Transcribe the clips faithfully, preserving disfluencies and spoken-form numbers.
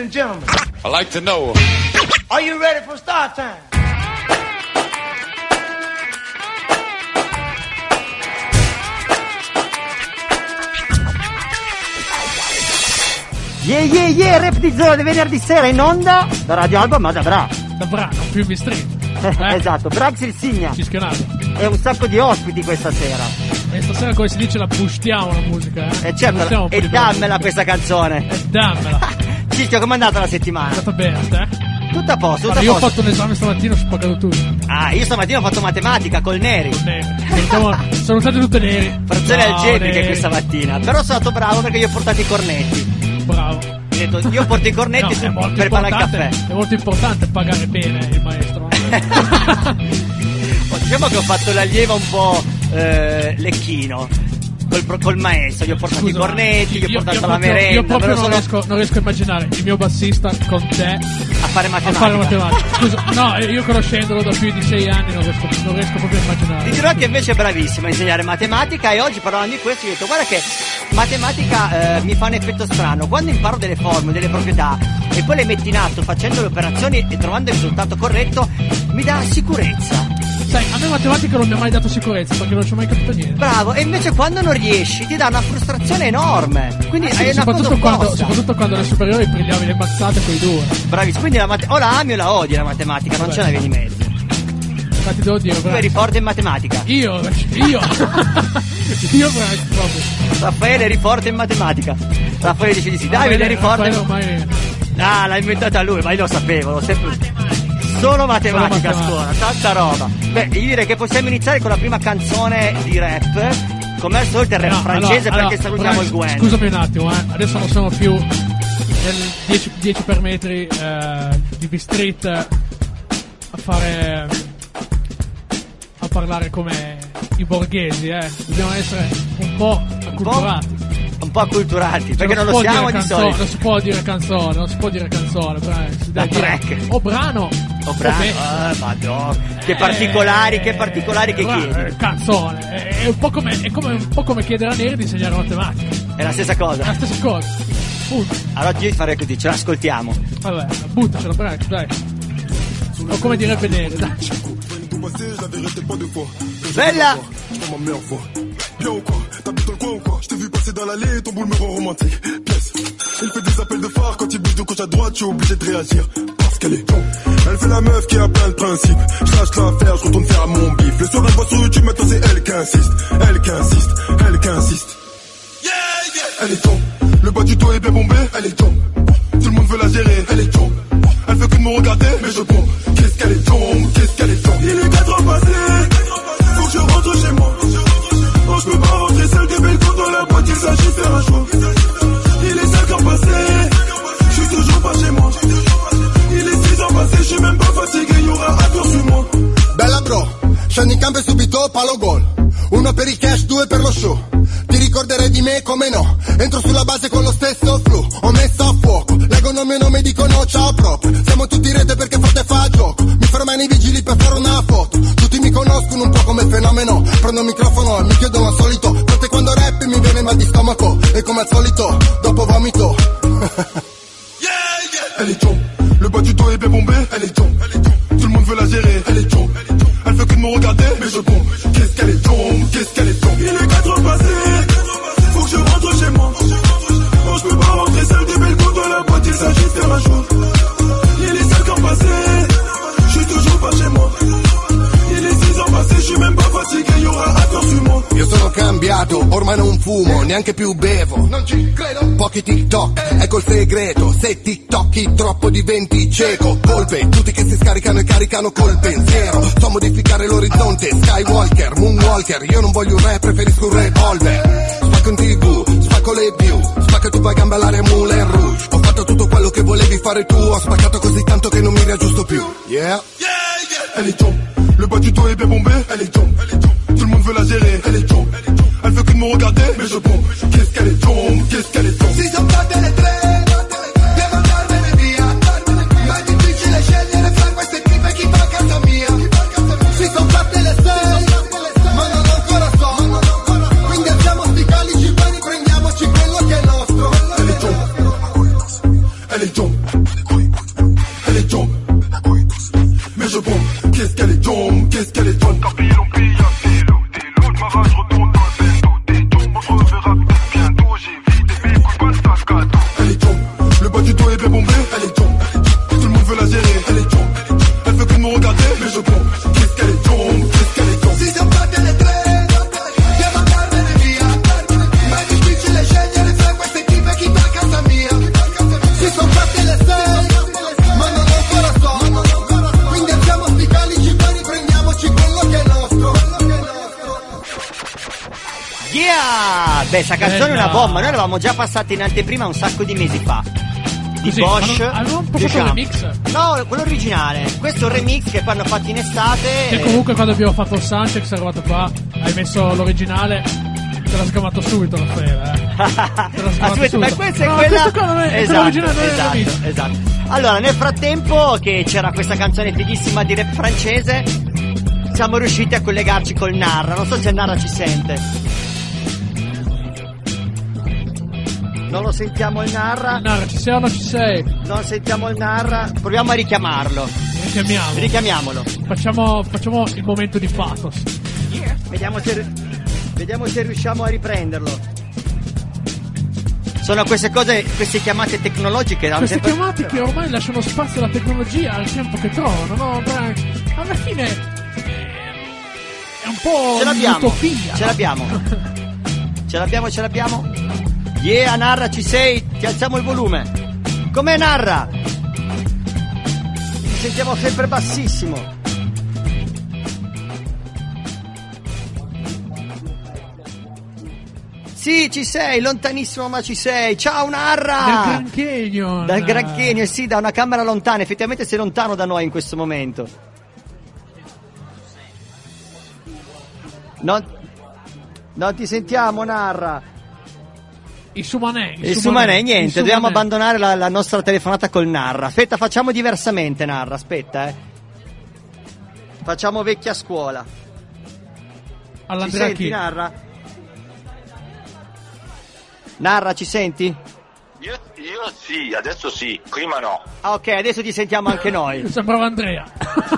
and gentlemen. I like to know. Are you ready for start time? Yeah yeah yeah, Rap di Zero di venerdì sera in onda da Radio Alba, ma da Bra. Da Bra, non più mi street. Eh? Esatto, Brax il Signa. Fischionato. E un sacco di ospiti questa sera. E stasera, come si dice, la bustiamo la musica, eh? E certo, e dammela questa canzone. E dammela. Cischio, com'è andata la settimana? È andata bene, a te? Tutto a posto, tutto allora, a io posto. ho fatto un esame stamattina, ho spaccato tutto. Ah, io stamattina ho fatto matematica col Neri. Con Neri. Diciamo, sono state tutte neri. Frazioni no, algebriche neri. questa mattina. Però sono stato bravo perché io ho portato i cornetti. Bravo. Ho detto, io porto i cornetti no, su, è molto per fare il caffè. È molto importante pagare bene il maestro. Diciamo che ho fatto l'allievo un po' eh, lecchino. Col, col maestro, gli ho portato Scusa, i cornetti, gli ho io, portato io la proprio, merenda. Io proprio non, sono... riesco, non riesco a immaginare il mio bassista con te a fare matematica. A fare matematica. Scusa, no, io conoscendolo da più di sei anni non riesco, non riesco proprio a immaginare. Ti dirò che invece è bravissimo a insegnare matematica e oggi parlando di questo gli ho detto guarda che matematica eh, mi fa un effetto strano. Quando imparo delle formule, delle proprietà e poi le metti in atto facendo le operazioni e trovando il risultato corretto mi dà sicurezza. Sai, a me matematica non mi ha mai dato sicurezza perché non ci ho mai capito niente. Bravo, e invece quando non riesci ti dà una frustrazione enorme. Quindi sì, hai una cosa soprattutto quando, opposta. soprattutto quando alle superiori pigliavi le mazzate coi due. Bravissimo, quindi la mat- o la ami o la odi la matematica, non Vabbè. c'è una via di mezzo. Infatti devo dire, Tu eri forte in matematica. Io, io, io proprio. Raffaele eri forte in matematica. Raffaele dice di sì, dai, eri forte. Ormai... Ah, l'ha inventata lui, ma io lo sapevo, l'ho sempre. Solo matematica a scuola, tanta roba. Beh, io direi che possiamo iniziare con la prima canzone di rap. Come al solito il rap no, francese allora, perché allora, salutiamo il Gwen. Scusami un attimo, eh. Adesso non sono più nel dieci per metri eh, di B-Street a fare a parlare come i borghesi, eh. Dobbiamo essere un po' acculturati. Un po' acculturati, cioè, perché non, non lo siamo di canzone, solito. Non si può dire canzone, non si può dire canzone, però si deve dire track. o brano o brano. o oh, madonna. Che particolari, eh, che particolari che bra- chiedi. Canzone, è, è un po' come è come un po' come chiedere a Neri di insegnare matematica. È la stessa cosa. È la stessa cosa. Punto. Allora io farei così, ce l'ascoltiamo. Vabbè, buttacela, bravo, dai. O come direbbe Neri, dai. Bella! Bien ou quoi? T'habites dans le coin ou quoi? Je t'ai vu passer dans l'allée, ton boule me rend romantique. Pièce. Il fait des appels de phare quand il bouge de gauche à droite, je suis obligé de réagir. Parce qu'elle est con. Elle fait la meuf qui a plein de principes. Je lâche l'affaire, je retourne faire à mon bif. Le soir elle voit sur YouTube, maintenant c'est elle qui insiste. Elle qui insiste, elle qui insiste. Yeah, yeah. Elle est con. Le bas du dos est bien bombé, elle est con. Tout le monde veut la gérer, elle est con. Elle fait que de me regarder, mais je pompe. Qu'est-ce qu'elle est con, qu'est-ce qu'elle est con. Il est quatre ans passé, faut que je rentre chez moi. Non, je peux pas rentrer seul des belles dans la boîte, il s'agit de faire un choix. Il est cinq heures passées, je suis toujours pas chez moi. Il est six heures passées, je suis même pas fatigué, y'aura un tour sur moi. Bella bro, scendi in campo e subito palo gol. Uno per il cash, due per lo show. Ti ricorderai di me come no. Entro sulla base con lo stesso flow. Ho messo a fuoco, leggono il mio nome e dicono ciao proprio. Siamo tutti in rete perché forte fa gioco. Mi fermano i vigili per fare una foto. Tutti mi conoscono un po' come fenomeno. Prendo il microfono e mi chiedono al solito. Forse quando rap mi viene mal di stomaco. E come al solito, dopo vomito. Yeah, yeah. Elle est con. Le bas du dos est bien bombé, elle est con. Tout le monde veut la gérer, elle est con. Elle fait que de me regarder, mais je pompe. Qu'est-ce qu'elle est con, qu'est-ce qu'elle est con. Il est quatre heures passées, faut que je rentre chez moi. Non, je peux pas rentrer seul des belles dans la boîte, il s'agit de faire un choix. Il est cinq heures passées, je suis toujours pas chez moi. Il est six heures passées, je suis même pas fatigué, y'aura un tour sur moi. Io sono cambiato, ormai non fumo, neanche più bevo. Non ci credo. Pochi TikTok, ecco il segreto. Se TikTokchi troppo diventi cieco. Colpe, tutti che si scaricano e caricano col pensiero. So modificare l'orizzonte, Skywalker, Moonwalker. Io non voglio un rap, preferisco un revolver. Spacco in tv, spacco le view. Spacca tu vai gamba all'area Moulin Rouge. Ho fatto tutto quello che volevi fare tu. Ho spaccato così tanto che non mi riaggiusto più. Yeah, yeah, yeah. Elle est con. Le bas du dos est bien bombé, elle est con. Tout le monde veut la gérer, elle est con. Elle fait que de me regarder, mais je pompe. Qu'est-ce qu'elle est con, qu'est-ce qu'elle est con. Si son fatte le tre, devo andarmene via. Ma è difficile scegliere fra queste tipe chi va a casa mia. Si son fatte le sei, ma non ancora so. Quindi alziamo sti calici, poi riprendiamoci quello che è nostro. Elle est con, elle est con. Yeah! Beh, sta canzone è una Bella. bomba, noi l'avevamo già passata in anteprima un sacco di mesi fa. Di Così, Bosch. ma non- avevamo passato diciamo. il remix? No, quello originale. Questo è un remix che poi hanno fatto in estate. Che e- comunque quando abbiamo fatto il soundcheck sei arrivato qua, hai messo l'originale, te l'ha sgamato subito Raffaele, eh. Te l'ha sgamato Aspetta, ma subito. questa è No, quella. questo qua non è- è esatto, quell'originale, non è il esatto, remix. esatto. Allora, nel frattempo che c'era questa canzone fighissima di rap francese, siamo riusciti a collegarci col Narra. Non so se il Narra ci sente. Non lo sentiamo il Narra. Narra, ci sei o non ci sei? Non sentiamo il Narra. Proviamo a richiamarlo. Richiamiamo. Richiamiamolo. Facciamo, facciamo il momento di pathos. Vediamo se, vediamo se riusciamo a riprenderlo. Sono queste cose, queste chiamate tecnologiche. da un Queste tempo- chiamate che ormai lasciano spazio alla tecnologia al tempo che trovano, no? Beh, alla fine è un po' Ce l'abbiamo, un'utopia. ce l'abbiamo. Ce l'abbiamo, ce l'abbiamo. Yeah, Narra, ci sei? Ti alziamo il volume. Com'è, Narra? Ti sentiamo sempre bassissimo. Sì, ci sei, lontanissimo ma ci sei. Ciao, Narra! Dal Grand Canyon. Dal Grand Canyon, sì, da una camera lontana. Effettivamente sei lontano da noi in questo momento. Non, non ti sentiamo, Narra. Il Sumanè. Il Sumanè, niente, il dobbiamo Sumanè. abbandonare la, la nostra telefonata col Narra. Aspetta, facciamo diversamente, Narra, aspetta, eh. Facciamo vecchia scuola. Ci All'Andrea senti, Chi? Narra? Narra, ci senti? Io, io sì, adesso sì, prima no. Ah, ok, adesso ti sentiamo anche noi. Sembrava Andrea.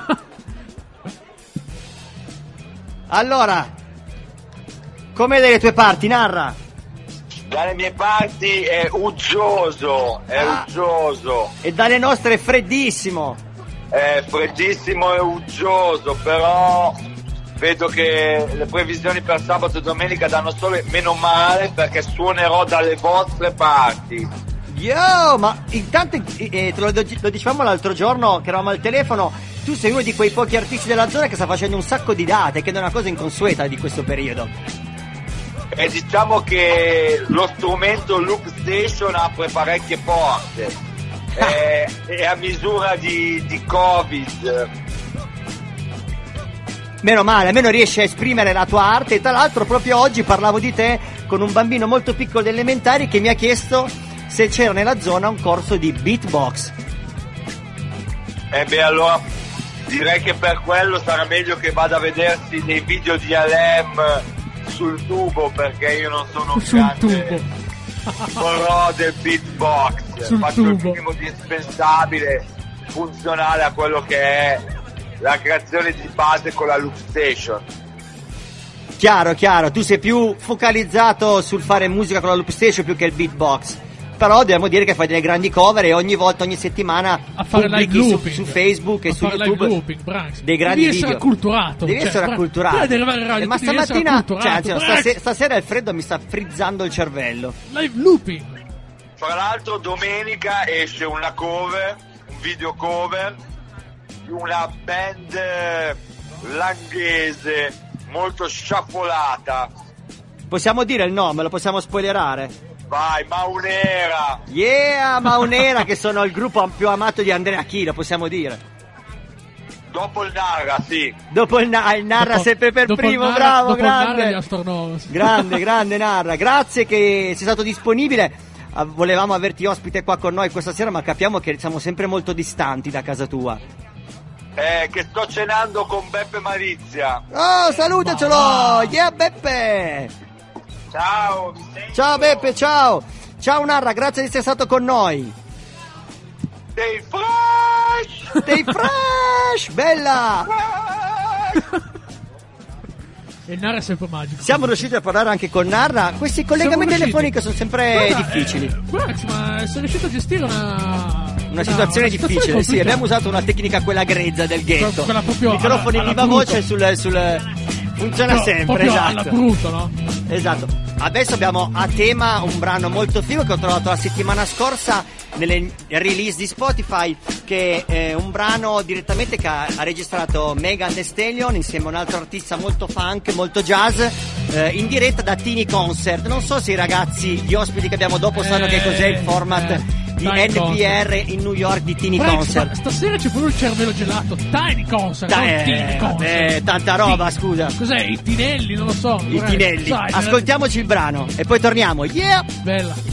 Allora, come delle tue parti, Narra? Dalle mie parti è uggioso, è Ah. uggioso, E dalle nostre è freddissimo. è freddissimo e uggioso, però vedo che le previsioni per sabato e domenica danno sole, meno male perché suonerò dalle vostre parti. Yo, ma intanto eh, te lo, lo dicevamo l'altro giorno che eravamo al telefono, tu sei uno di quei pochi artisti della zona che sta facendo un sacco di date, che è una cosa inconsueta di questo periodo. E diciamo che lo strumento Loop Station apre parecchie porte, è, è a misura di, di Covid. Meno male, almeno riesci a esprimere la tua arte. E tra l'altro proprio oggi parlavo di te con un bambino molto piccolo delle elementari che mi ha chiesto se c'era nella zona un corso di beatbox. E beh, allora direi che per quello sarà meglio che vada a vedersi dei video di Alem sul tubo, perché io non sono un Sul grande pro del beatbox. Sul Faccio il tubo. minimo di indispensabile funzionale a quello che è la creazione di base con la Loop Station. Chiaro, chiaro, tu sei più focalizzato sul fare musica con la loop station più che il beatbox. Però dobbiamo dire che fai delle grandi cover e ogni volta, ogni settimana A fare live pubblichi su, looping su Facebook e a su fare YouTube live looping, Branks. dei grandi Devi video. essere acculturato. Devi cioè, essere Bra- acculturato. Devi arrivare in radio, Eh, ma tu devi essere stamattina, acculturato, cioè, anzi, no, Branks. stase- stasera il freddo mi sta frizzando il cervello. Live looping. Fra l'altro domenica esce una cover, un video cover di una band eh, langhese molto sciafolata. Possiamo dire il nome, lo possiamo spoilerare. Vai, Maunera! Yeah, Maunera, che sono il gruppo più amato di Andrea Chi, lo possiamo dire. Dopo il Narra, sì. Dopo il, na- il Narra Dopo- sempre per dopo primo, il Narra- bravo, dopo il Narra grande. gli Astronovos. Grande, grande Narra, grazie che sei stato disponibile. Ah, volevamo averti ospite qua con noi questa sera, ma capiamo che siamo sempre molto distanti da casa tua. Eh, che sto cenando con Beppe Malizia. Oh, salutacelo! Yeah, Beppe! Ciao, mi sento? Ciao Beppe, ciao! Ciao Narra, grazie di essere stato con noi. Sei fresh! Sei fresh! Bella! E il Narra è sempre magico. Siamo riusciti a parlare anche con Narra. Questi collegamenti riusciti. telefonici sono sempre Guarda, difficili. eh, Branks, ma sei riuscito a gestire una... Una situazione difficile, sì, complicata. abbiamo usato una tecnica quella grezza del ghetto. Quella proprio Microfoni alla- viva alla voce Bruto. sul, sul funziona Proprio- sempre, proprio esatto. alla brutto, no? Esatto. adesso abbiamo a tema un brano molto figo che ho trovato la settimana scorsa nelle release di Spotify, che è un brano direttamente che ha, ha registrato Megan Thee Stallion insieme a un altro artista molto funk, molto jazz, eh, in diretta da Tiny Concert. Non so se i ragazzi, gli ospiti che abbiamo dopo, sanno Eh, che cos'è il format eh, di Tiny N P R in New York di Tiny Frank, Concert. sta- stasera c'è pure il cervello gelato. Tiny Concert, Dai, non Tiny eh, Concert. eh, tanta roba, Ti- scusa. Cos'è? I tinelli, non lo so. I Vorrei- tinelli. sai, Ascoltiamoci il brano e poi torniamo. Yeah! Bella.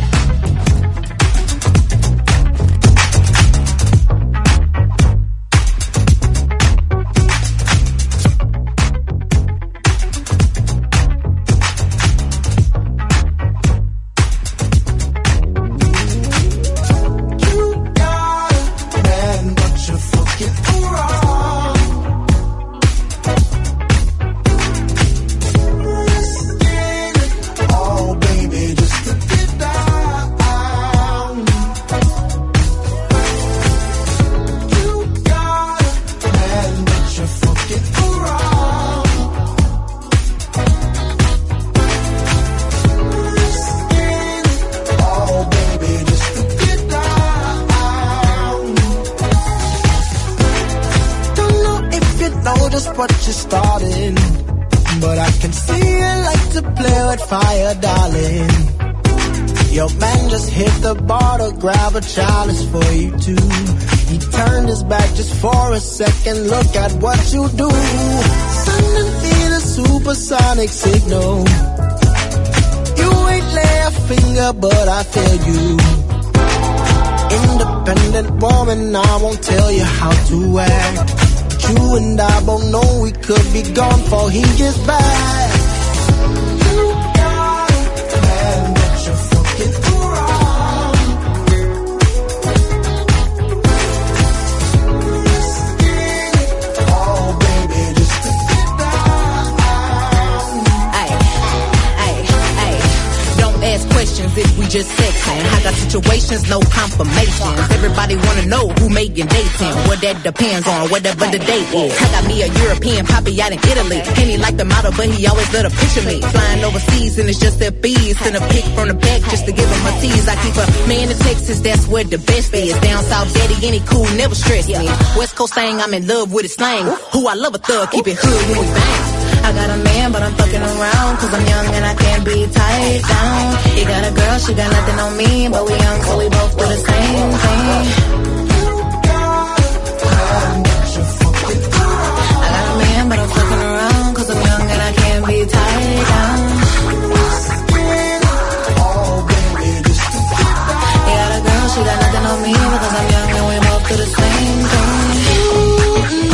What you're starting, but I can see you like to play with fire, darling. Your man just hit the bar to grab a chalice for you too. He turned his back just for a second. Look at what you do. Sending me the supersonic signal. You ain't lay a finger, but I feel you. Independent woman, I won't tell you how to act. You and I both know we could be gone before he gets back. You got it, man, but you're fucking around. Oh, baby, just to get down. Ay, ay, ay. Don't ask questions if we just sexing. I got situations, no confirmations. Everybody wanna know who making dating. What that depends on, whatever the date is. I got me a European poppy out in Italy. And he like the model, but he always let her picture me. Flying overseas and it's just their bees. Send a pic from the back just to give him a tease. I keep a man in Texas, that's where the best is. Down south, daddy, any cool, never stress me. West Coast saying I'm in love with his slang. Who I love a thug, keep it hood when we bang. I got a man, but I'm fucking around. Cause I'm young and I can't be tied down. He got a girl, she got nothing on me. But we young, so we both do the same thing. I got a man, but I'm fucking around. Cause I'm young and I can't be tied down. He got a girl, she got nothing on me. Because I'm young and we both do the same thing.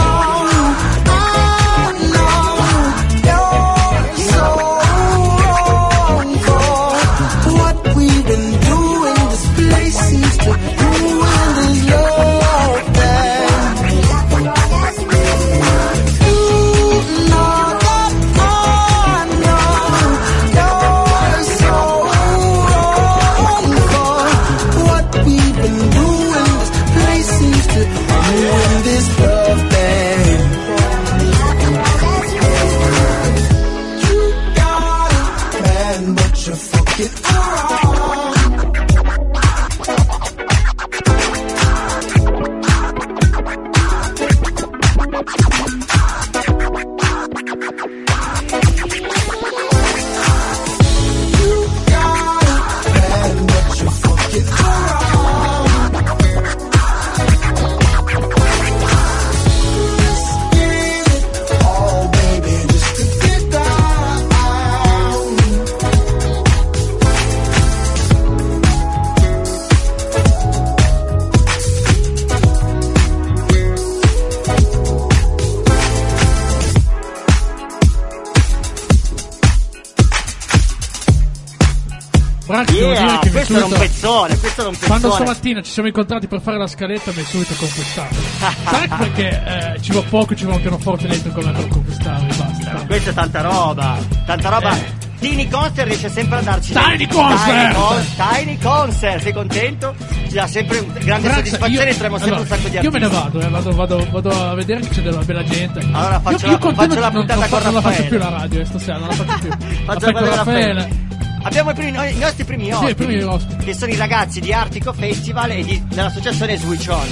Yeah, questo era un pezzone, questo era un pezzone. Quando stamattina ci siamo incontrati per fare la scaletta mi hai subito conquistato. Sai perché eh, ci va poco, ci va un pianoforte elettrico per conquistarmi, basta. Questa è tanta roba, tanta roba. Eh. Tiny Concert riesce sempre a darci Tiny Concert! Tiny, Con- Tiny Concert, sei contento? Ci dà sempre un grande Grazie, soddisfazione, io- entriamo sempre allora, un sacco di io artisti. me ne vado, eh, vado, vado, vado a vedere che c'è della bella gente. Allora faccio io, la- io continuo- faccio la non- puntata non, con non la faccio Raffaele. più la radio eh, stasera, non la faccio più. Faccio la la con con Raffaele. Raffaele. Abbiamo i, primi- i nostri primi Sì, ospiti, i primi ospiti. che sono i ragazzi di Artico Festival e di- dell'associazione Switch On.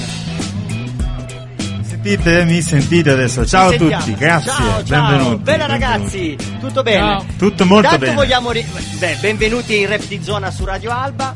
Sentite, mi sentite adesso. Ciao a Ci sentiamo. tutti, grazie, Ciao, ciao. benvenuti. Bella benvenuti. ragazzi, tutto bene? Ciao. Tutto molto Intanto bene. vogliamo ri- beh, benvenuti in Rap di Zona su Radio Alba.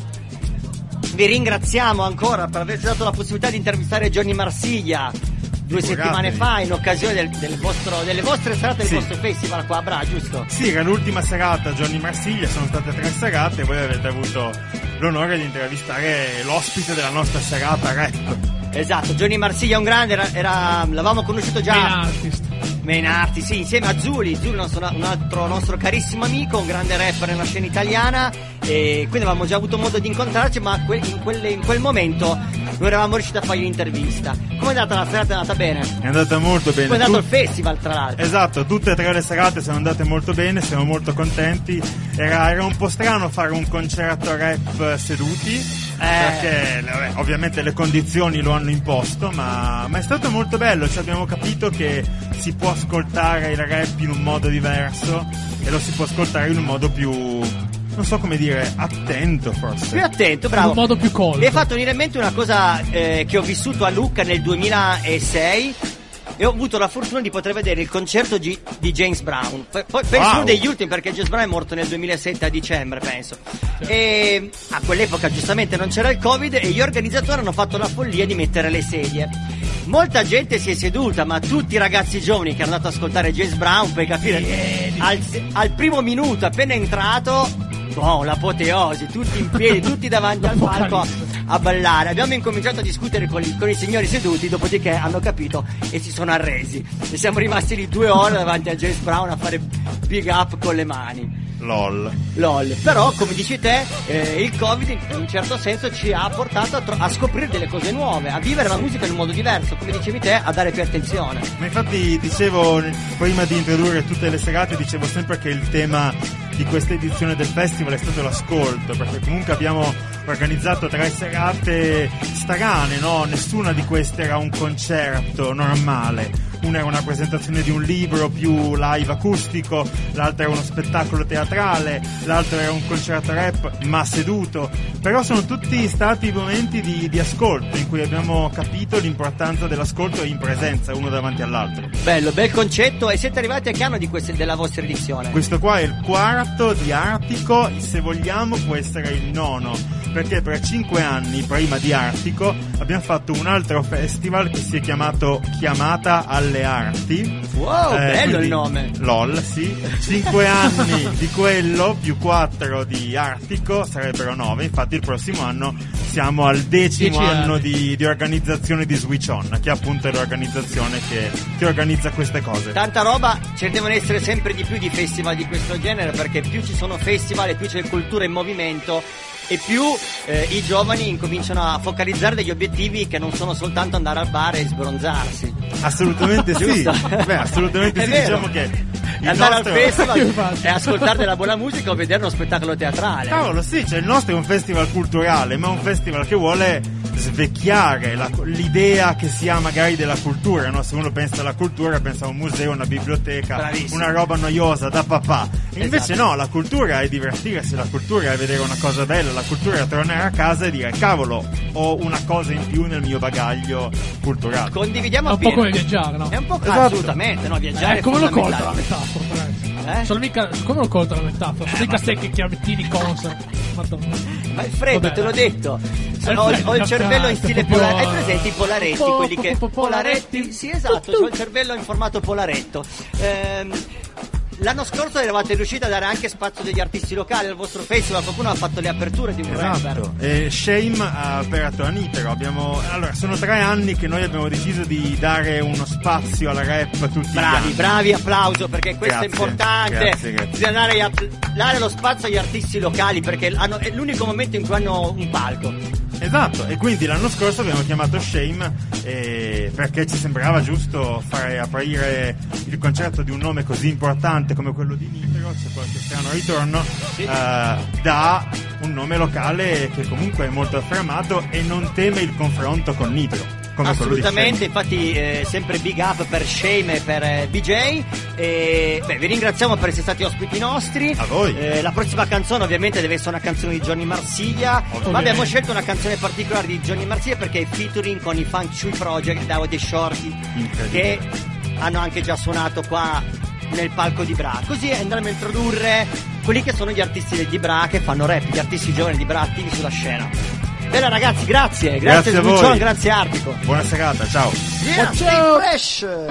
Vi ringraziamo ancora per averci dato la possibilità di intervistare Johnny Marsiglia due settimane fa in occasione del, del vostro, delle vostre serate del Sì. vostro festival qua a Bra, giusto? Sì, era l'ultima serata a Johnny Marsiglia, sono state tre serate e voi avete avuto l'onore di intervistare l'ospite della nostra serata rap. Esatto, Johnny Marsiglia è un grande, era, era- l'avevamo conosciuto già. Main artist. Main Artist, sì, insieme a Zuli. Zuli è un nostro- un altro nostro carissimo amico, un grande rapper nella scena italiana. E quindi avevamo già avuto modo di incontrarci, ma que- in, quelle- in quel momento non eravamo riusciti a fargli l'intervista. Come è andata la serata? È andata bene? È andata molto bene. Come è andato Tut- il festival, tra l'altro? Esatto, tutte e tre le serate sono andate molto bene, siamo molto contenti. Era, era un po' strano fare un concerto rap seduti. Perché vabbè, ovviamente le condizioni lo hanno imposto, ma, ma è stato molto bello, cioè abbiamo capito che si può ascoltare il rap in un modo diverso e lo si può ascoltare in un modo più, non so come dire, attento forse. Più attento, In bravo. un modo più colto. Mi hai fatto venire in mente una cosa eh, che ho vissuto a Lucca nel duemilasei e ho avuto la fortuna di poter vedere il concerto di, di James Brown. P- poi penso Wow. uno degli ultimi, perché James Brown è morto nel duemilasette a dicembre, penso. E a quell'epoca giustamente non c'era il Covid e gli organizzatori hanno fatto la follia di mettere le sedie. Molta gente si è seduta, ma tutti i ragazzi giovani che hanno andato ad ascoltare James Brown, puoi capire, al, al primo minuto appena entrato, oh, l'apoteosi, tutti in piedi, tutti davanti al palco a ballare. Abbiamo incominciato a discutere con, i- con i signori seduti, dopodiché hanno capito e si sono arresi. E siamo rimasti lì due ore davanti a James Brown a fare big up con le mani. LOL. LOL. Però, come dici te, eh, il Covid in un certo senso ci ha portato a, tro- a scoprire delle cose nuove, a vivere la musica in un modo diverso, come dicevi te, a dare più attenzione. Ma infatti dicevo, prima di introdurre tutte le serate, dicevo sempre che il tema di questa edizione del festival è stato l'ascolto, perché comunque abbiamo organizzato tre serate strane, no? Nessuna di queste era un concerto normale. Una era una presentazione di un libro più live acustico, l'altra era uno spettacolo teatrale, l'altro era un concerto rap ma seduto. Però sono tutti stati momenti di, di ascolto in cui abbiamo capito l'importanza dell'ascolto in presenza uno davanti all'altro. Bello, bel concetto. E siete arrivati a che anno di queste, della vostra edizione? Questo qua è il quarto di Artico, se vogliamo può essere il nono, perché per cinque anni prima di Artico abbiamo fatto un altro festival che si è chiamato Chiamata alle Arti. Wow, bello quindi- il nome. LOL, sì. Cinque anni di quello più quattro di Artico sarebbero nove. Infatti il prossimo anno siamo al decimo Dieci anno anni. di, di organizzazione di Switch On, che appunto è l'organizzazione che, che organizza queste cose. Tanta roba, ce ne devono essere sempre di più di festival di questo genere, perché più ci sono festival e più c'è cultura in movimento e più eh, i giovani incominciano a focalizzare degli obiettivi che non sono soltanto andare al bar e sbronzarsi. Assolutamente sì. Giusto? Beh, assolutamente È sì. vero. Diciamo che il andare nostro- al festival Infatti. e ascoltare della buona musica o vedere uno spettacolo teatrale. Cavolo, sì, cioè il nostro è un festival culturale, ma è un festival che vuole svecchiare la- l'idea che si ha magari della cultura, no? Se uno pensa alla cultura pensa a un museo, una biblioteca, Bravissimo. una roba noiosa da papà. E invece Esatto. no, la cultura è divertirsi, la cultura è vedere una cosa bella, la cultura è tornare a casa e dire cavolo, ho una cosa in più nel mio bagaglio culturale. Condividiamo È un po' appieno. come viaggiare, no? È un po' Esatto. assolutamente, no? Viaggiare Eh, è come l'ho colta la fondamentale. metafora, ragazzi? Eh? Sono mica, come l'ho colta la metafora? Sono mica ste che chiavettini concert. Madonna. Ma Alfredo, Vabbè, te l'ho dai. detto. Sono- ho, Alfredo, ho il cervello in cazzo, stile proprio- Polaretti. Hai presente i Polaretti? Po- Quelli che. po- po- Polaretti? Sì, esatto, ho il cervello in formato Polaretto. Ehm, L'anno scorso eravate riusciti a dare anche spazio degli artisti locali al vostro festival, qualcuno ha fatto le aperture di un rapper. Esatto, e Shame ha aperto a Nitro. Abbiamo, allora, sono tre anni che noi abbiamo deciso di dare uno spazio alla rap tutti gli Bravi, anni. bravi, applauso, perché questo Grazie, è importante. grazie, grazie. Bisogna dare, app- dare lo spazio agli artisti locali, perché hanno- è l'unico momento in cui hanno un palco. Esatto, e quindi l'anno scorso abbiamo chiamato Shame eh, perché ci sembrava giusto fare aprire il concerto di un nome così importante come quello di Nitro, c'è qualche strano ritorno, sì. eh, da un nome locale che comunque è molto affermato e non teme il confronto con Nitro. Assolutamente, infatti eh, sempre big up per Shame e per eh, B J e, beh, vi ringraziamo per essere stati ospiti nostri. A voi. Eh, la prossima canzone ovviamente deve essere una canzone di Johnny Marsiglia, ovviamente. Ma abbiamo scelto una canzone particolare di Johnny Marsiglia perché è featuring con i Funk Shui Project, Dao e Shorty, che hanno anche già suonato qua nel palco di Bra. Così andremo a introdurre quelli che sono gli artisti di Bra che fanno rap, gli artisti giovani di Bra attivi sulla scena. Bella ragazzi, grazie, grazie, grazie Sbuccion, grazie Artico. Buona serata, ciao. Yeah, stay fresh. Eh.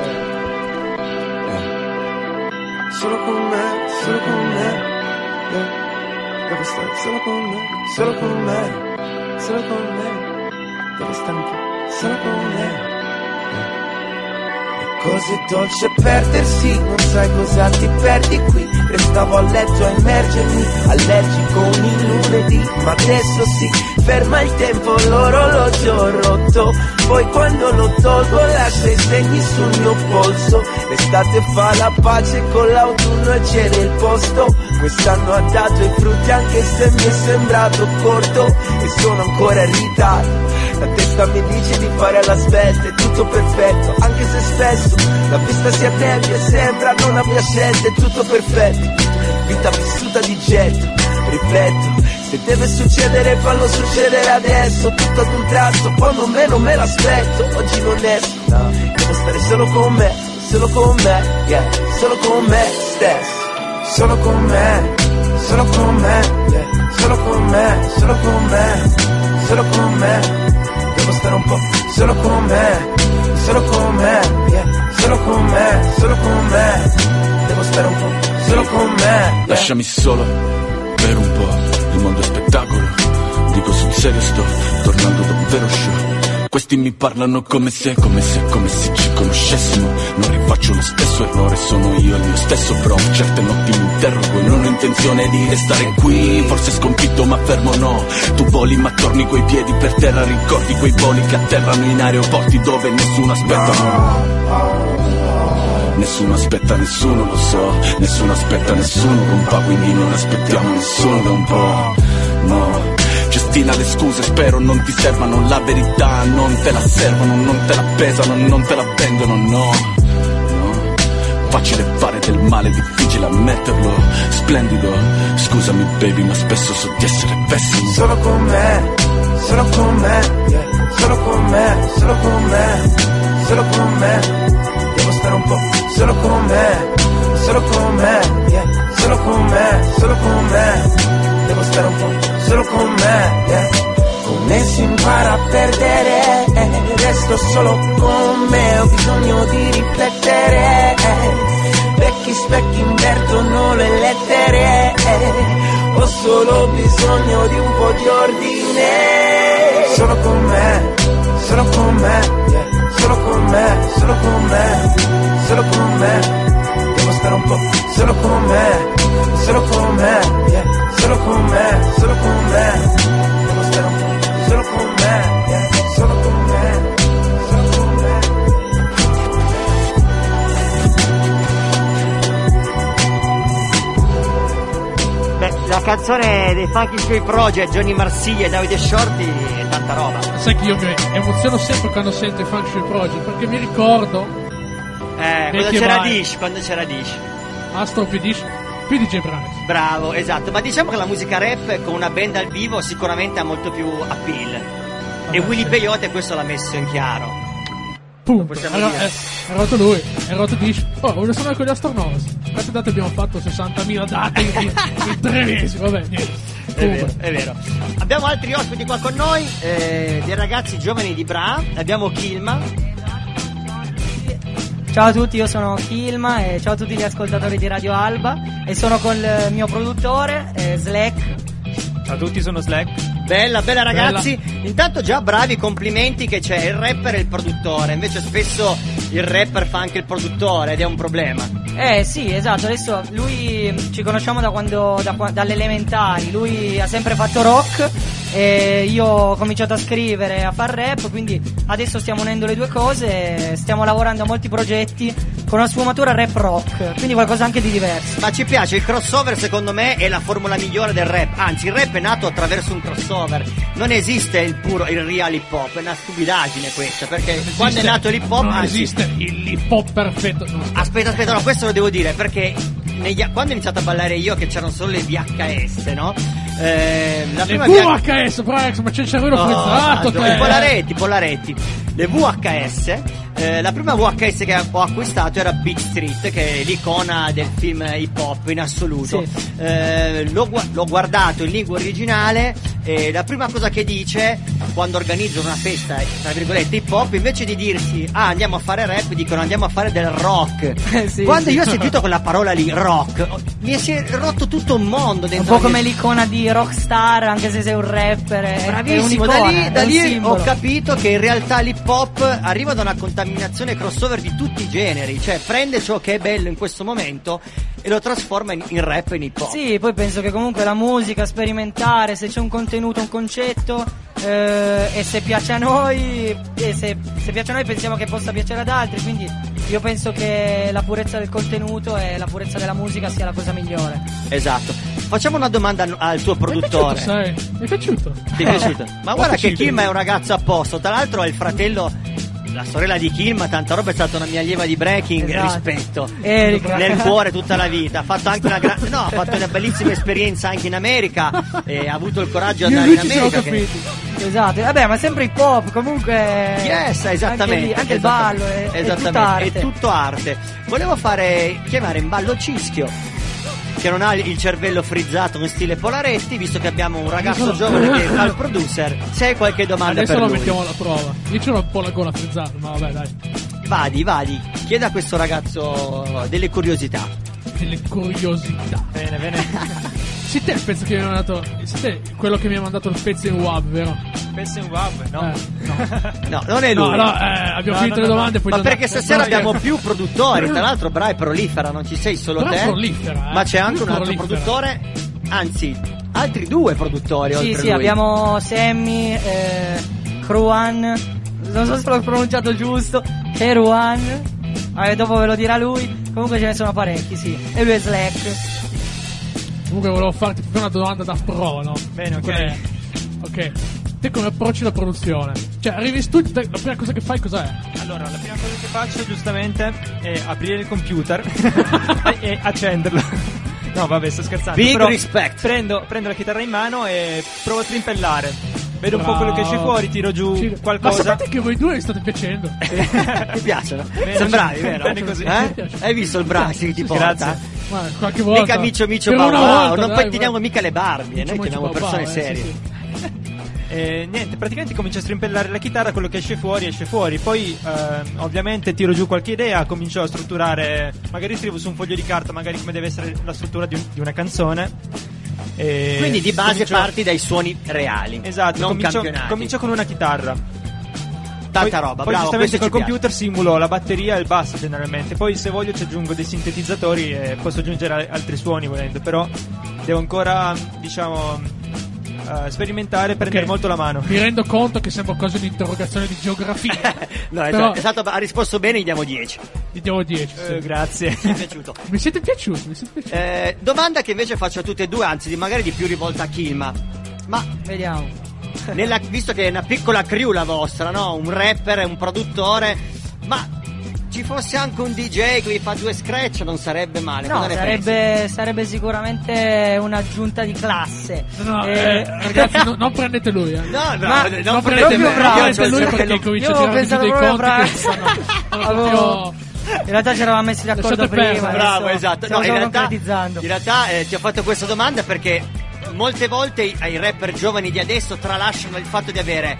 Solo con me, solo con me. Eh. Dove stai? Solo con me, solo con me, solo con me. Dove stai anche? Solo con me. Eh. Così dolce perdersi, non sai cosa ti perdi qui. Restavo a letto a immergermi, allergico ogni lunedì. Ma adesso sì, ferma il tempo, l'orologio rotto. Poi quando lo tolgo lascia i segni sul mio polso. L'estate fa la pace con l'autunno e c'era il posto. Quest'anno ha dato i frutti anche se mi è sembrato corto. E sono ancora in ritardo. La testa mi dice di fare alla svelta, è tutto perfetto, anche se spesso la vista si attempia e sembra non abbia scelta, è tutto perfetto. Vita vissuta di getto, rifletto, se deve succedere fallo succedere adesso, tutto ad un tratto, quando meno me l'aspetto. Oggi non esco, no, devo stare solo con me, solo con me, yeah, solo con me stesso. Solo con me, solo con me, yeah, solo con me, solo con me, solo con me. Devo stare un po' solo con me, solo con me, yeah, solo con me, solo con me. Devo stare un po' solo con me, yeah. Lasciami solo per un po', il mondo è spettacolo. Dico sul serio sto tornando davvero show. Questi mi parlano come se, come se, come se ci conoscessimo. Non rifaccio lo stesso errore, sono io il mio stesso pro. Certe notti mi interrogo e non ho intenzione di restare qui. Forse sconfitto ma fermo no. Tu voli ma torni coi piedi per terra. Ricordi quei voli che atterrano in aeroporti dove nessuno aspetta, no. Nessuno aspetta nessuno, lo so. Nessuno aspetta nessuno, compa, quindi non aspettiamo nessuno da un po', no. Gestina le scuse, spero non ti servano, la verità non te la servono, non te la pesano, non te la vendono, no, no. Facile fare del male, difficile ammetterlo, splendido, scusami baby ma spesso so di essere pessimo. Solo con me, solo con me, yeah, solo con me, solo con me, solo con me. Devo stare un po' solo con me, solo con me, yeah, solo con me, solo con me. Devo stare un po' solo con me, yeah. Con me si impara a perdere, eh. Resto solo con me, ho bisogno di riflettere, eh. Vecchi specchi invertono le lettere, eh. Ho solo bisogno di un po' di ordine. Solo con me, solo con me, yeah. Solo con me, solo con me, solo con me. Devo stare un po' solo con me, solo con me, yeah. Solo con me, solo con me. Devo stare un po' solo con me, yeah. Solo con me, solo con me. Beh, la canzone dei Funky Shui Project, Johnny Marsiglia e Davide Shorty è tanta roba. Sai che io mi emoziono sempre quando sento i Funky Shui Project perché mi ricordo Eh, quando c'era Dish, quando c'era Dish Astro P D P D J Bravo. Bravo, esatto. Ma diciamo che la musica rap con una band dal vivo sicuramente ha molto più appeal. Vabbè, e Willy sì. Peyote questo l'ha messo in chiaro. Punto. Allora, è, è rotto lui, è rotto Dish. Oh, voglio suonare con gli Astronaut. Quante date abbiamo fatto? sessantamila date in, in, in tre mesi, vabbè, niente. È vero, è vero. Abbiamo altri ospiti qua con noi, eh, dei ragazzi giovani di Bra. Abbiamo Kilma. Ciao a tutti, io sono Kilma e ciao a tutti gli ascoltatori di Radio Alba e sono con il mio produttore eh, Slack. Ciao a tutti, sono Slack. Bella, bella ragazzi. Bella. Intanto già bravi, complimenti che c'è il rapper e il produttore. Invece spesso il rapper fa anche il produttore ed è un problema. Eh sì, esatto, adesso lui ci conosciamo da quando da, dalle elementari, lui ha sempre fatto rock e io ho cominciato a scrivere, a far rap, quindi adesso stiamo unendo le due cose, stiamo lavorando a molti progetti con una sfumatura rap rock, quindi qualcosa anche di diverso. Ma ci piace, il crossover secondo me è la formula migliore del rap, anzi il rap è nato attraverso un crossover, non esiste il puro, il real hip hop, è una stupidaggine questa, perché esiste, quando è nato l'hip hop... non anzi, esiste il hip hop perfetto. No. Aspetta, aspetta, no, questo lo devo dire, perché negli, quando ho iniziato a ballare io, che c'erano solo le V H S, no? Eh, la le prima V H S, Prex, ma c'è il cervello no, frizzato, no, i polaretti, polaretti. Le V H S, eh, la prima V H S che ho acquistato era Beat Street, che è l'icona del film hip hop in assoluto. Sì. Eh, l'ho, l'ho guardato in lingua originale e la prima cosa che dice quando organizzo una festa, tra virgolette, hip hop, invece di dirsi ah andiamo a fare rap, dicono andiamo a fare del rock. Eh, sì, quando sì. io ho sentito quella parola lì, rock, mi si è rotto tutto un mondo dentro. Un po' come l'icona di rockstar, anche se sei un rapper. È, bravissimo, è da lì, da lì simbolo. ho capito che in realtà l'hip hop arriva da una contaminazione crossover di tutti i generi, cioè prende ciò che è bello in questo momento e lo trasforma in, in rap e in hip hop. Sì, poi penso che comunque la musica, sperimentare, se c'è un contenuto, un concetto, eh, e se piace a noi, e se, se piace a noi pensiamo che possa piacere ad altri, quindi io penso che la purezza del contenuto e la purezza della musica sia la cosa migliore. Esatto. Facciamo una domanda al tuo produttore. Mi è piaciuto, sai? Mi è piaciuto? Ti è piaciuto? Ma guarda che Kim è un ragazzo a posto, tra l'altro è il fratello, la sorella di Kim, tanta roba, è stata una mia allieva di breaking, esatto. Rispetto Erika. Nel cuore tutta la vita, ha fatto anche una gra- no, ha fatto una bellissima esperienza anche in America e ha avuto il coraggio di andare in America che... Esatto, vabbè, ma sempre hip hop, comunque. Yes, esattamente. Anche, lì, anche il ballo è, esattamente, è tutta arte. È tutto arte. Volevo fare chiamare in ballo Cischio, che non ha il cervello frizzato in stile Polaretti, visto che abbiamo un ragazzo sono... giovane che fa il producer. Se hai qualche domanda adesso per lo lui. mettiamo alla prova. Io c'ho un po' la gola frizzata, ma vabbè, dai. Vadi, vadi, chieda a questo ragazzo delle curiosità. Delle curiosità. Bene, bene. Sei te il pezzo che mi ha mandato. Sei te quello che mi ha mandato il pezzo in W A V, vero? Pezzo in W A V? No. Eh, no. No, non è lui. No, no, eh, abbiamo no, finito no, le no, domande. no. Poi Ma già perché da... stasera abbiamo più produttori. Tra l'altro, Brai prolifera, non ci sei solo Brai te. prolifera, eh. Ma c'è anche un altro Prolifera. produttore. Anzi, altri due produttori. Sì, oltre sì, lui. abbiamo Sammy, eh, Kruan, non so se l'ho pronunciato giusto, Keruan, eh, dopo ve lo dirà lui. Comunque ce ne sono parecchi, sì. E lui è Slack. Comunque volevo farti proprio una domanda da pro, no? Bene, ok. Quelle- Ok. Te come approcci la produzione? Cioè, arrivi in studio, te- la prima cosa che fai cos'è? Allora, la prima cosa che faccio giustamente è aprire il computer e accenderlo. No, vabbè, sto scherzando. Big Però respect. Prendo, prendo la chitarra in mano e provo a strimpellare. Vedo un po' Bravo. quello che esce fuori, tiro giù Sì. qualcosa. Ma sapete che voi due state piacendo? Ti piacciono? Bene, Sono bravi, vero? bene così. Eh? Hai visto il braccio che ti porta? Grazie. Ma qualche volta. Mica micio micio Per wow, una wow, volta, non dai, pettiniamo vai. mica le Barbie, Micio, noi micio, chiamiamo wow, persone wow, eh, serie. sì, sì. E niente, praticamente comincio a strimpellare la chitarra, quello che esce fuori esce fuori. Poi ehm, ovviamente tiro giù qualche idea, comincio a strutturare, magari scrivo su un foglio di carta magari come deve essere la struttura di, un- di una canzone. E Quindi di base comincio- parti dai suoni reali. Esatto, non comincio, campionati. comincio con una chitarra. Tanta poi, roba, poi bravo, giustamente questo col ci piace. computer simulo la batteria e il basso generalmente. Poi se voglio ci aggiungo dei sintetizzatori e posso aggiungere altri suoni volendo. Però devo ancora, diciamo, eh, sperimentare, prendere Ok. molto la mano. Mi rendo conto che sembra quasi un'interrogazione di geografia. No, Però- esatto, esatto, ha risposto bene, gli diamo dieci. Gli diamo dieci. sì. Eh, grazie. Mi è piaciuto. Mi siete piaciuti? Mi siete piaciuti? Eh, domanda che invece faccio a tutte e due, anzi di magari di più rivolta a Kilma. Ma Vediamo. nella, visto che è una piccola crew la vostra, no? Un rapper e un produttore, ma ci fosse anche un D J che vi fa due scratch non sarebbe male. No, cosa ne pensi? sarebbe, sarebbe sicuramente un'aggiunta di classe. No, Eh, eh, ragazzi, no- non prendete lui, eh. No, Ma- bravo, non non prendete prendete me, proprio lui, bravo, io non c'ho prendete il lui cervello- perché comincia Io a avevo tirare giù dei pensato conti proprio che stanno stanno Avevo- proprio... In realtà ci eravamo messi d'accordo Lasciate prima. perdere. Bravo, adesso esatto. stiamo No, in solo realtà, concretizzando. in realtà eh, ti ho fatto questa domanda perché molte volte i- ai rapper giovani di adesso tralasciano il fatto di avere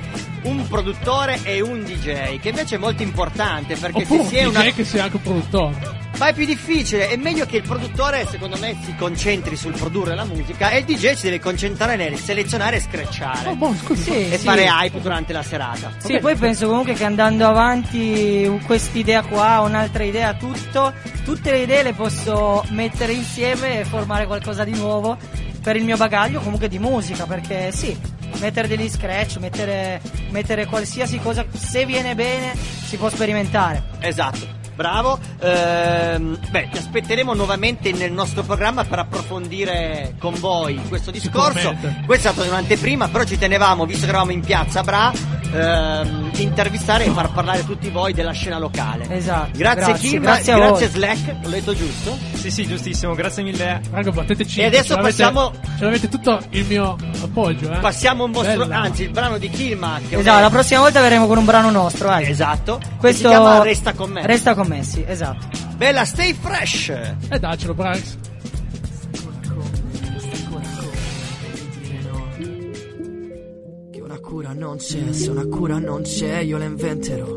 un produttore e un D J, che invece è molto importante, perché Oppure se si è un D J una... che sia anche un produttore. Ma è più difficile, è meglio che il produttore, secondo me, si concentri sul produrre la musica e il D J si deve concentrare nel selezionare e scratchare. Oh, boh, scusa. Sì, e sì. fare hype durante la serata. Sì, poi penso comunque che andando avanti quest'idea qua, un'altra idea, tutto, tutte le idee le posso mettere insieme e formare qualcosa di nuovo per il mio bagaglio comunque di musica, perché sì, mettere degli scratch, mettere, mettere qualsiasi cosa, se viene bene si può sperimentare. Esatto. Bravo, ehm, beh, ti aspetteremo nuovamente nel nostro programma per approfondire con voi questo discorso. Questo è stato un'anteprima, però ci tenevamo, visto che eravamo in piazza Bra, ehm, intervistare e far parlare tutti voi della scena locale. Esatto. Grazie, grazie Kim, grazie, grazie, a voi. Slack, l'ho detto giusto? Sì, sì, giustissimo, grazie mille. Raga, batteteci. E adesso ce l'avete- passiamo- Ce l'avete tutto il mio appoggio, eh. Passiamo un vostro, Bella. anzi il brano di Kilma, che Esatto, la prossima volta verremo con un brano nostro, vai. Esatto. Questo si chiama Resta con me. Resta con me, sì, esatto. Bella, stay fresh. E daccelo, Brax. Che una cura non c'è, se una cura non c'è io la inventerò.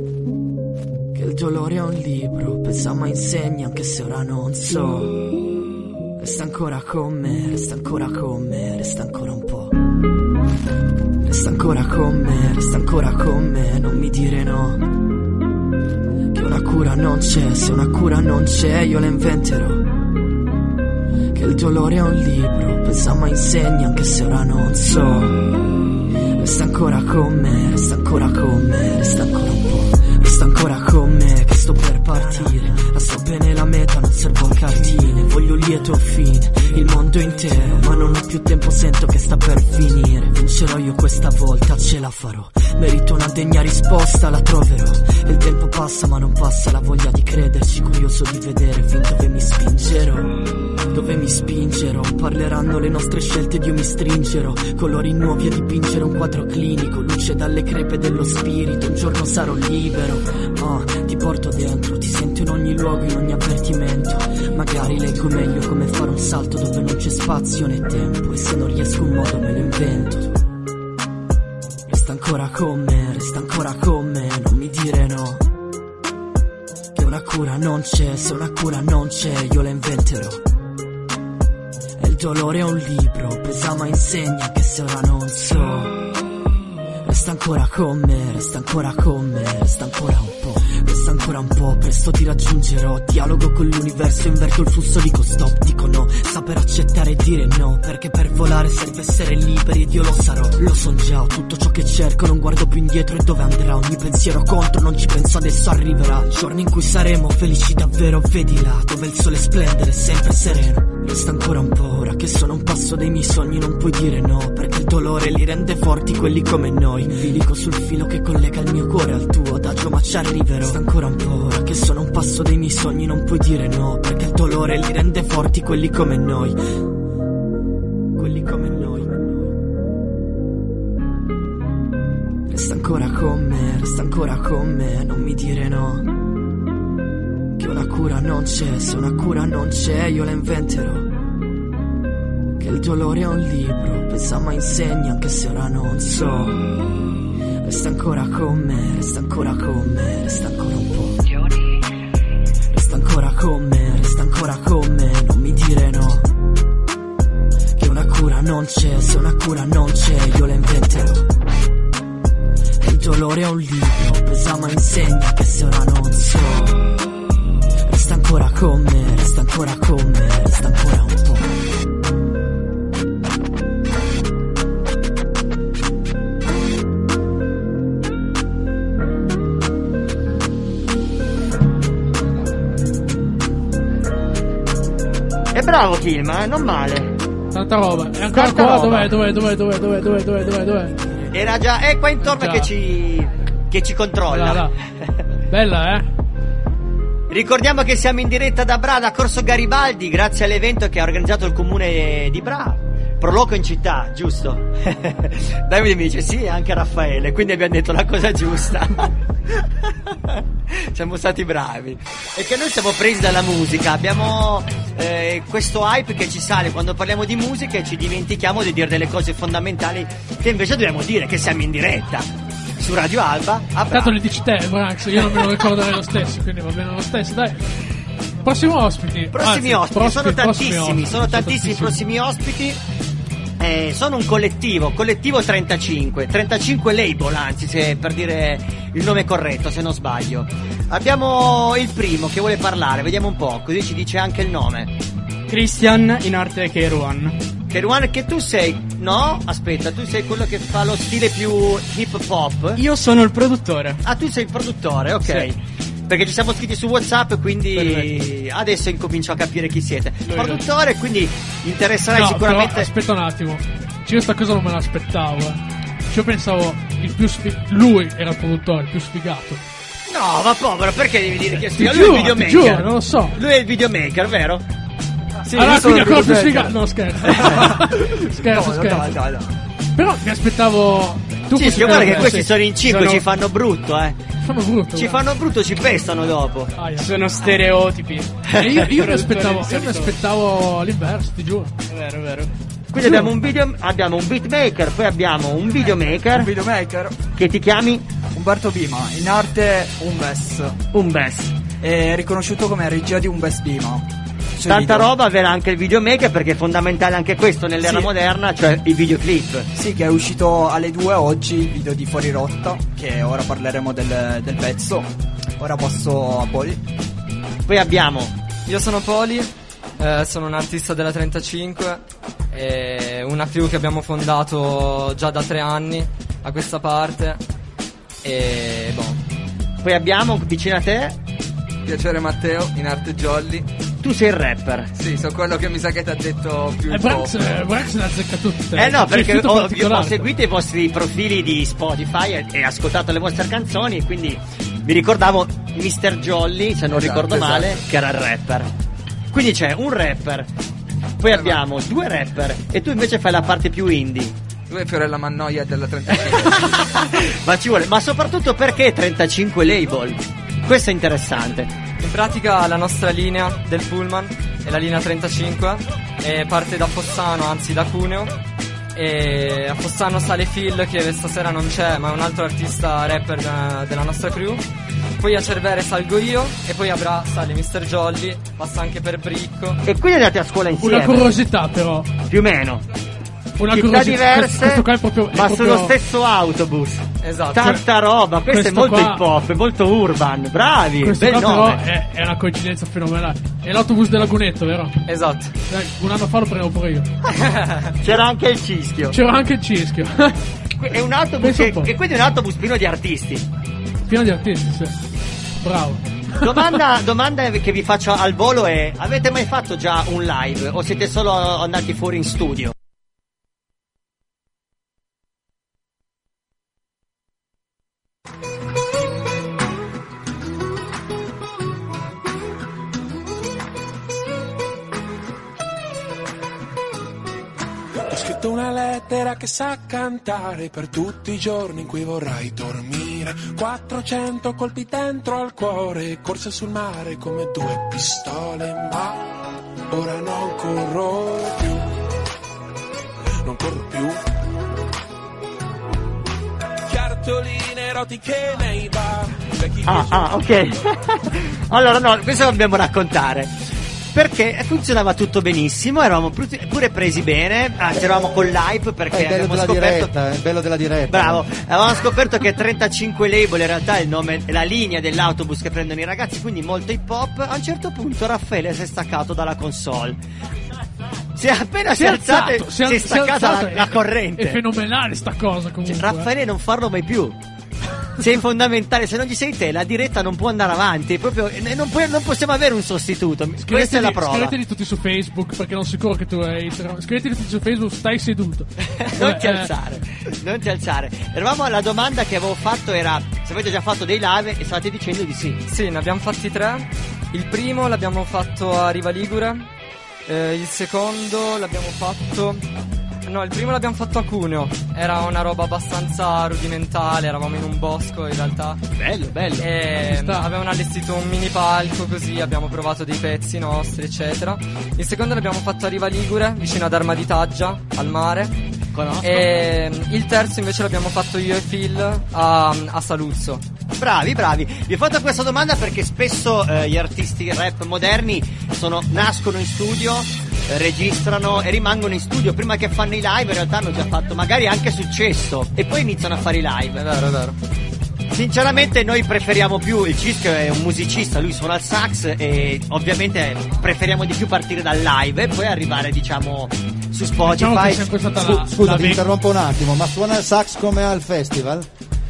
Che il dolore è un libro, pesa ma insegna anche se ora non so. Resta ancora con me, resta ancora con me, resta ancora un po'. Resta ancora con me, resta ancora con me, non mi dire no. Che una cura non c'è, se una cura non c'è io la inventerò. Che il dolore è un libro, pesa ma insegna anche se ora non so. Resta ancora con me, resta ancora con me, resta ancora un po'. Resta ancora con me che sto per partire. La so bene la meta, non servo cartine. Voglio lieto fine, il mondo intero. Ma non ho più tempo, sento che sta per finire. Vincerò io questa volta, ce la farò. Merito una degna risposta, la troverò. Il tempo passa ma non passa la voglia di crederci. Curioso di vedere fin dove mi spingerò. Dove mi spingerò, parleranno le nostre scelte ed io mi stringerò. Colori nuovi a dipingere un quadro clinico. Luce dalle crepe dello spirito, un giorno sarò libero. Oh, ti porto dentro, ti sento in ogni luogo, in ogni avvertimento. Magari leggo meglio come fare un salto dove non c'è spazio né tempo. E se non riesco un modo me lo invento. Resta ancora con me, resta ancora con me, non mi dire no. Che una cura non c'è, se una cura non c'è io la inventerò. E il dolore è un libro, pesa ma insegna che se ora non so. Resta ancora con me, resta ancora con me, resta ancora un po'. Resta ancora un po', presto ti raggiungerò. Dialogo con l'universo, inverto il flusso, dico stop, dico no. Saper accettare e dire no, perché per volare serve essere liberi ed io lo sarò. Lo son già, ho tutto ciò che cerco, non guardo più indietro e dove andrà. Ogni pensiero contro, non ci penso adesso, arriverà. Giorni in cui saremo felici davvero, vedi là, dove il sole splendere è sempre sereno. Resta ancora un po', ora che sono a un passo dai miei sogni non puoi dire no. Perché il dolore li rende forti quelli come noi. In bilico sul filo che collega il mio cuore al tuo, adagio ma ci arriverò. Resta ancora un po', ora che sono a un passo dai miei sogni non puoi dire no. Perché il dolore li rende forti quelli come noi. Quelli come noi. Resta ancora con me, resta ancora con me, non mi dire no. Che una cura non c'è, se una cura non c'è io la inventerò. Che il dolore è un libro, pesa ma insegna anche se ora non so. Resta ancora con me, resta ancora con me, resta ancora un po'. Resta ancora con me, resta ancora con me, non mi dire no. Che una cura non c'è, se una cura non c'è io la inventerò. E il dolore è un libro, pesa ma insegna che se ora non so. Resta ancora con me, resta ancora con me, resta ancora un po'. È bravo Kilma, eh? Non male. Tanta roba. E ancora Tanta qua, roba. dov'è, dov'è, dov'è, dov'è, dov'è, dov'è, dov'è, dov'è, dov'è? Era già, è qua intorno Già. che ci che ci controlla. Là, là. Bella, eh? Ricordiamo che siamo in diretta da Bra, da Corso Garibaldi, grazie all'evento che ha organizzato il comune di Bra. Proloco in città, giusto? Davide mi dice sì, anche Raffaele, quindi abbiamo detto la cosa giusta. Siamo stati bravi. E che noi siamo presi dalla musica, abbiamo eh, questo hype che ci sale quando parliamo di musica e ci dimentichiamo di dire delle cose fondamentali che invece dobbiamo dire, che siamo in diretta. su Radio Alba. Ah, tanto le dici te, Branx, io non me lo ricorderei lo stesso, quindi va bene lo stesso, dai. Prossimi ospiti. Prossimi Anzi, ospiti, prossimi, sono prossimi tantissimi, ospiti, sono tantissimi prossimi ospiti. Eh, sono un collettivo, collettivo trentacinque, trentacinque label, anzi, se per dire il nome corretto, se non sbaglio. Abbiamo il primo che vuole parlare, vediamo un po', così ci dice anche il nome. Christian, in arte Keruan. Keruan, che tu sei, no? Aspetta, tu sei quello che fa lo stile più hip hop? Io sono il produttore. Ah, tu sei il produttore, ok. Sì. Perché ci siamo scritti su WhatsApp, quindi perfetto. Adesso incomincio a capire chi siete. Lui produttore, quindi interesserai no, sicuramente. Però, aspetta un attimo, io sta cosa non me l'aspettavo. Eh. Io pensavo il più sfi- lui era il produttore, il più sfigato. No, ma povero, perché devi dire che è sfigato? Lui è il videomaker. Ti giuro, non lo so. Lui è il videomaker, vero? Sì, allora quindi è ancora più sfigato. No, scherzo. scherzo, no, scherzo. No, no, no. Però mi aspettavo. Tu sì, sì, guarda che questi sì. sono in cinque, sono... ci fanno brutto, eh. Fanno brutto. Ci guarda. fanno brutto, ci pestano dopo. Ah, yeah. Sono stereotipi. E io, io mi aspettavo, io mi aspettavo l'inverso, ti giuro. È vero, è vero. Quindi abbiamo un video, abbiamo un beatmaker, poi abbiamo un videomaker. Un videomaker. Che ti chiami? Umberto Bima, in arte Umbes. Umbes. È riconosciuto come regia di Umbes Bima. Tanta roba, avere anche il videomaker, perché è fondamentale anche questo nell'era sì. moderna, cioè i videoclip. Sì, che è uscito alle due oggi il video di Fuori Rotta, che ora parleremo del, del pezzo. Ora passo a Poli. Poi abbiamo. Io sono Poli, eh, sono un artista della trentacinque, è una crew che abbiamo fondato già da tre anni a questa parte. E boh. Poi abbiamo vicino a te. Piacere Matteo, in arte Jolly. Tu sei il rapper. Sì, sono quello che mi sa che ti ha detto più eh, il Branx, pop. eh, Branx ne azzecca tutte. Eh no, perché ho, ho ho seguito i vostri profili di Spotify e, e ascoltato le vostre canzoni, e quindi mi ricordavo mister Jolly, se non esatto, ricordo male, esatto. che era il rapper. Quindi c'è un rapper, poi eh, abbiamo ma... due rapper, e tu invece fai la parte più indie. Tu è Fiorella Mannoia della trentacinque. Ma ci vuole, ma soprattutto perché trentacinque label? Questo è interessante. In pratica la nostra linea del Pullman è la linea trentacinque e parte da Fossano, anzi da Cuneo, e a Fossano sale Phil, che stasera non c'è ma è un altro artista rapper de- della nostra crew. Poi a Cervere salgo io, e poi a Bra sale mister Jolly, passa anche per Bricco. E quindi andate a scuola insieme? Una curiosità però. Più o meno. Una città diverse, questo, questo qua è proprio, è ma proprio... sullo stesso autobus. Esatto. Tanta roba, questo, questo è molto qua... hip hop, è molto urban. Bravi, questo bel qua nome. Però è, è una coincidenza fenomenale. È l'autobus del Lagunetto, vero? Esatto. Dai, un anno fa lo prendevo pure io. C'era anche il Cischio. C'era anche il Cischio. È un autobus che, che quindi è un autobus pieno di artisti. Pieno di artisti, sì. Bravo. Domanda, domanda che vi faccio al volo è: avete mai fatto già un live o siete solo andati fuori in studio? Ho scritto una lettera che sa cantare per tutti i giorni in cui vorrai dormire. quattrocento colpi dentro al cuore, corse sul mare come due pistole, ma ora non corro più, non corro più. Cartoline erotiche nei bar. Ah, ah, ok. Allora no, questo lo dobbiamo raccontare. Perché funzionava tutto benissimo, eravamo pure presi bene, anzi eravamo con l'hype perché è bello abbiamo della scoperto diretta, è bello della diretta. Bravo, avevamo scoperto che trentacinque label in realtà è il nome, è la linea dell'autobus che prendono i ragazzi, quindi molto hip hop. A un certo punto Raffaele si è staccato dalla console. Si è appena si è alzato, alzato, si è, si è staccata la, la corrente. È fenomenale sta cosa comunque. Cioè, Raffaele non farlo mai più. Sei fondamentale, se non ci sei te la diretta non può andare avanti, proprio non, puoi, non possiamo avere un sostituto. Questa è la prova. Scriveteli tutti su Facebook, perché non sono sicuro che tu hai. Scriveteli tutti su Facebook, stai seduto. Non ti alzare, non ti alzare. Eravamo alla domanda che avevo fatto, era se avete già fatto dei live, e state dicendo di sì. Sì, ne abbiamo fatti tre. Il primo l'abbiamo fatto a Riva Ligure, eh, il secondo l'abbiamo fatto. No, il primo l'abbiamo fatto a Cuneo. Era una roba abbastanza rudimentale, eravamo in un bosco in realtà. Bello, bello. E avevano allestito un mini palco, così abbiamo provato dei pezzi nostri, eccetera. Il secondo l'abbiamo fatto a Riva Ligure, vicino ad Arma di Taggia, al mare. Conosco. E il terzo invece l'abbiamo fatto io e Phil a, a Saluzzo. Bravi, bravi. Vi ho fatto questa domanda perché spesso eh, gli artisti rap moderni sono, nascono in studio, eh, registrano e rimangono in studio prima che fanno i live. In realtà hanno già fatto magari anche successo e poi iniziano a fare i live. È vero, è vero. Sinceramente noi preferiamo più, il Cisco è un musicista, lui suona il sax e ovviamente preferiamo di più partire dal live e poi arrivare diciamo su Spotify. Diciamo che stata Scu- la, Scusa, la ti ve- interrompo un attimo, ma suona il sax come al festival?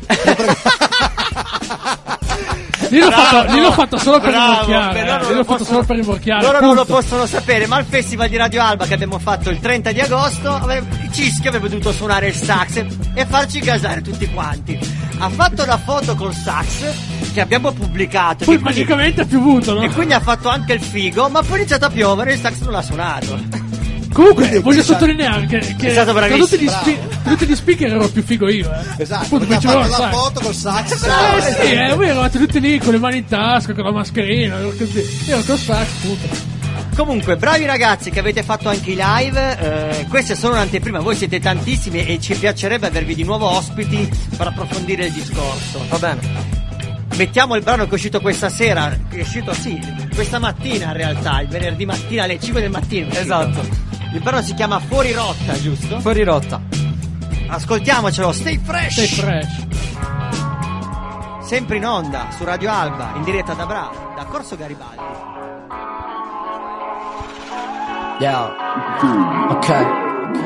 Lì l'ho, fatto, lì l'ho fatto solo per bravo, rimorchiare. però Eh. non Lì lo l'ho fatto possono- solo per rimorchiare. Loro non lo punto. possono sapere, ma al festival di Radio Alba che abbiamo fatto il trenta di agosto, ave- Cischio avrebbe dovuto suonare il sax e farci gasare tutti quanti. Ha fatto la foto col sax che abbiamo pubblicato. Poi che quindi- magicamente ha piovuto, no? E quindi ha fatto anche il figo, ma poi è iniziato a piovere e il sax non l'ha suonato. Comunque, Quindi, voglio sa- sottolineare che, che È stato tra bravissimo, tutti gli, bravo. spi- tra tutti gli speaker ero più figo io, eh. Esatto, Appunto, perché ha facevo fatto il la sax. foto col sax. Eh sì, eh, voi eravate tutti lì con le mani in tasca, con la mascherina, ero così. Io ero col sax, punto. Comunque, bravi ragazzi che avete fatto anche i live, eh, queste sono un'anteprima, voi siete tantissimi e ci piacerebbe avervi di nuovo ospiti per approfondire il discorso. Va bene. Mettiamo il brano che è uscito questa sera, che è uscito sì, questa mattina in realtà, il venerdì mattina alle cinque del mattino. è uscito. Esatto. Il brano si chiama Fuori Rotta, giusto? Fuori rotta. Ascoltiamocelo, stay fresh! Sei fresh. Sempre in onda, su Radio Alba, in diretta da Bra, da Corso Garibaldi. Yeah. Ok.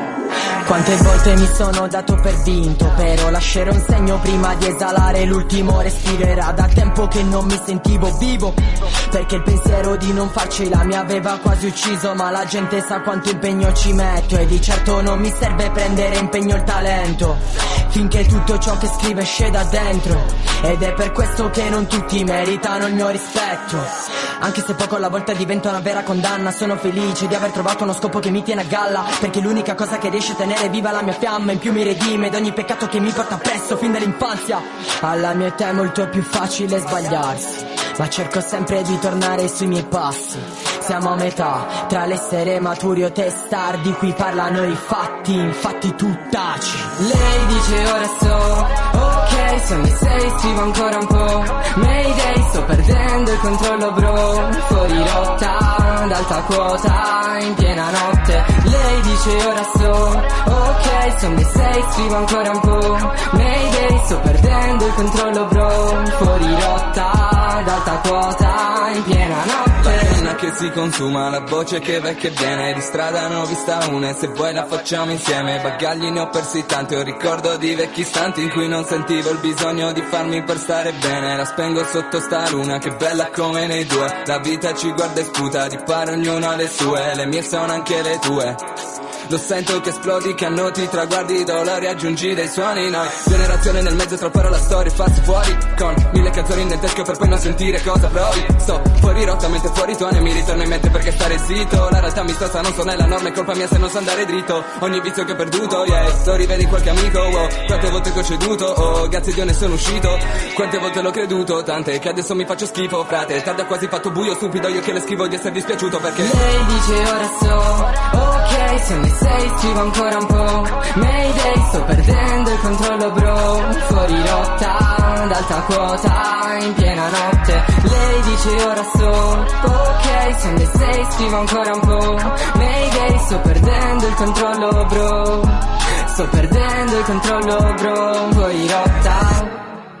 Quante volte mi sono dato per vinto, però lascerò un segno prima di esalare l'ultimo respiro. Era da tempo che non mi sentivo vivo, perché il pensiero di non farcela mi aveva quasi ucciso. Ma la gente sa quanto impegno ci metto e di certo non mi serve prendere impegno il talento, finché tutto ciò che scrivo esce da dentro. Ed è per questo che non tutti meritano il mio rispetto, anche se poco alla volta diventa una vera condanna. Sono felice di aver trovato uno scopo che mi tiene a galla, perché l'unica cosa che riesce a tenere viva la mia fiamma. In più mi redime da ogni peccato che mi porta appresso fin dall'infanzia. Alla mia età è molto più facile sbagliarsi, ma cerco sempre di tornare sui miei passi. Siamo a metà tra l'essere maturi o testardi, qui parlano i fatti, infatti tu taci. Lei dice ora so, ok, sono le sei, scrivo ancora un po'. Mayday, sto perdendo il controllo bro, fuori rotta, ad alta quota, in piena notte. Lei dice ora so, ok, sono le sei, scrivo ancora un po'. Mayday, sto perdendo il controllo bro, fuori rotta, ad alta quota, in piena notte. La penna che si consuma, la voce che va e che viene, di strada ne ho vista una e se vuoi la facciamo insieme. Bagagli ne ho persi tanti, ho ricordo di vecchi istanti in cui non sentivo il bisogno di farmi per stare bene. La spengo sotto sta luna che è bella come nei due, la vita ci guarda e sputa, di pari ognuno ha le sue, le mie sono anche le tue. Lo sento che esplodi, che annoti traguardi, dolori, aggiungi dei suoni. Noi, generazione nel mezzo tra la storia e farsi fuori, con mille canzoni in teschio per poi non sentire cosa provi. Sto fuori rotta mentre fuori tuone mi ritorno in mente perché stare zitto. La realtà mi sposta, non sono nella norma, è colpa mia se non so andare dritto. Ogni vizio che ho perduto, yeah, lo rivedi qualche amico, wow. Quante volte che ho ceduto, oh, grazie a Dio ne sono uscito. Quante volte l'ho creduto, tante che adesso mi faccio schifo, frate. Tardi ha quasi fatto buio, stupido io che le scrivo di essere dispiaciuto perché lei dice ora so, ok, sono le sei, scrivo ancora un po'. Mayday, sto perdendo il controllo bro, fuori rotta, ad alta quota, in piena notte. Lei dice ora so, ok, sono le sei, scrivo ancora un po'. Mayday, sto perdendo il controllo bro, sto perdendo il controllo bro, fuori rotta.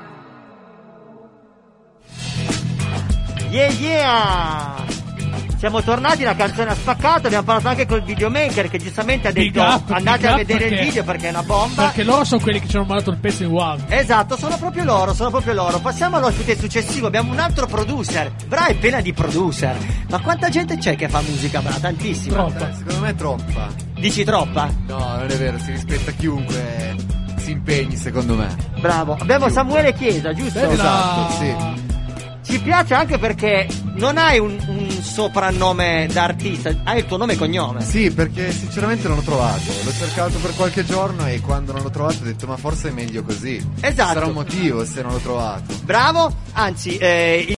Yeah yeah! Siamo tornati, la canzone ha spaccato, abbiamo parlato anche col videomaker che giustamente ha Big detto up, andate big a up vedere perché- il video perché è una bomba. Perché loro sono quelli che ci hanno mandato il pezzo in WAV. Esatto, sono proprio loro, sono proprio loro. Passiamo all'ospite successivo, abbiamo un altro producer. Bra è piena di producer. Ma quanta gente c'è che fa musica, Bra? Tantissima. Troppa. Secondo me è troppa. Dici troppa? No, non è vero, si rispetta chiunque si impegni, secondo me. Bravo. Abbiamo Samuele Chiesa, giusto? Bella. Esatto, sì. Ci piace anche perché non hai un, un soprannome da artista, hai il tuo nome e cognome. Sì, perché sinceramente non l'ho trovato. L'ho cercato per qualche giorno e quando non l'ho trovato ho detto ma forse è meglio così. Esatto. Sarà un motivo se non l'ho trovato. Bravo, anzi, eh,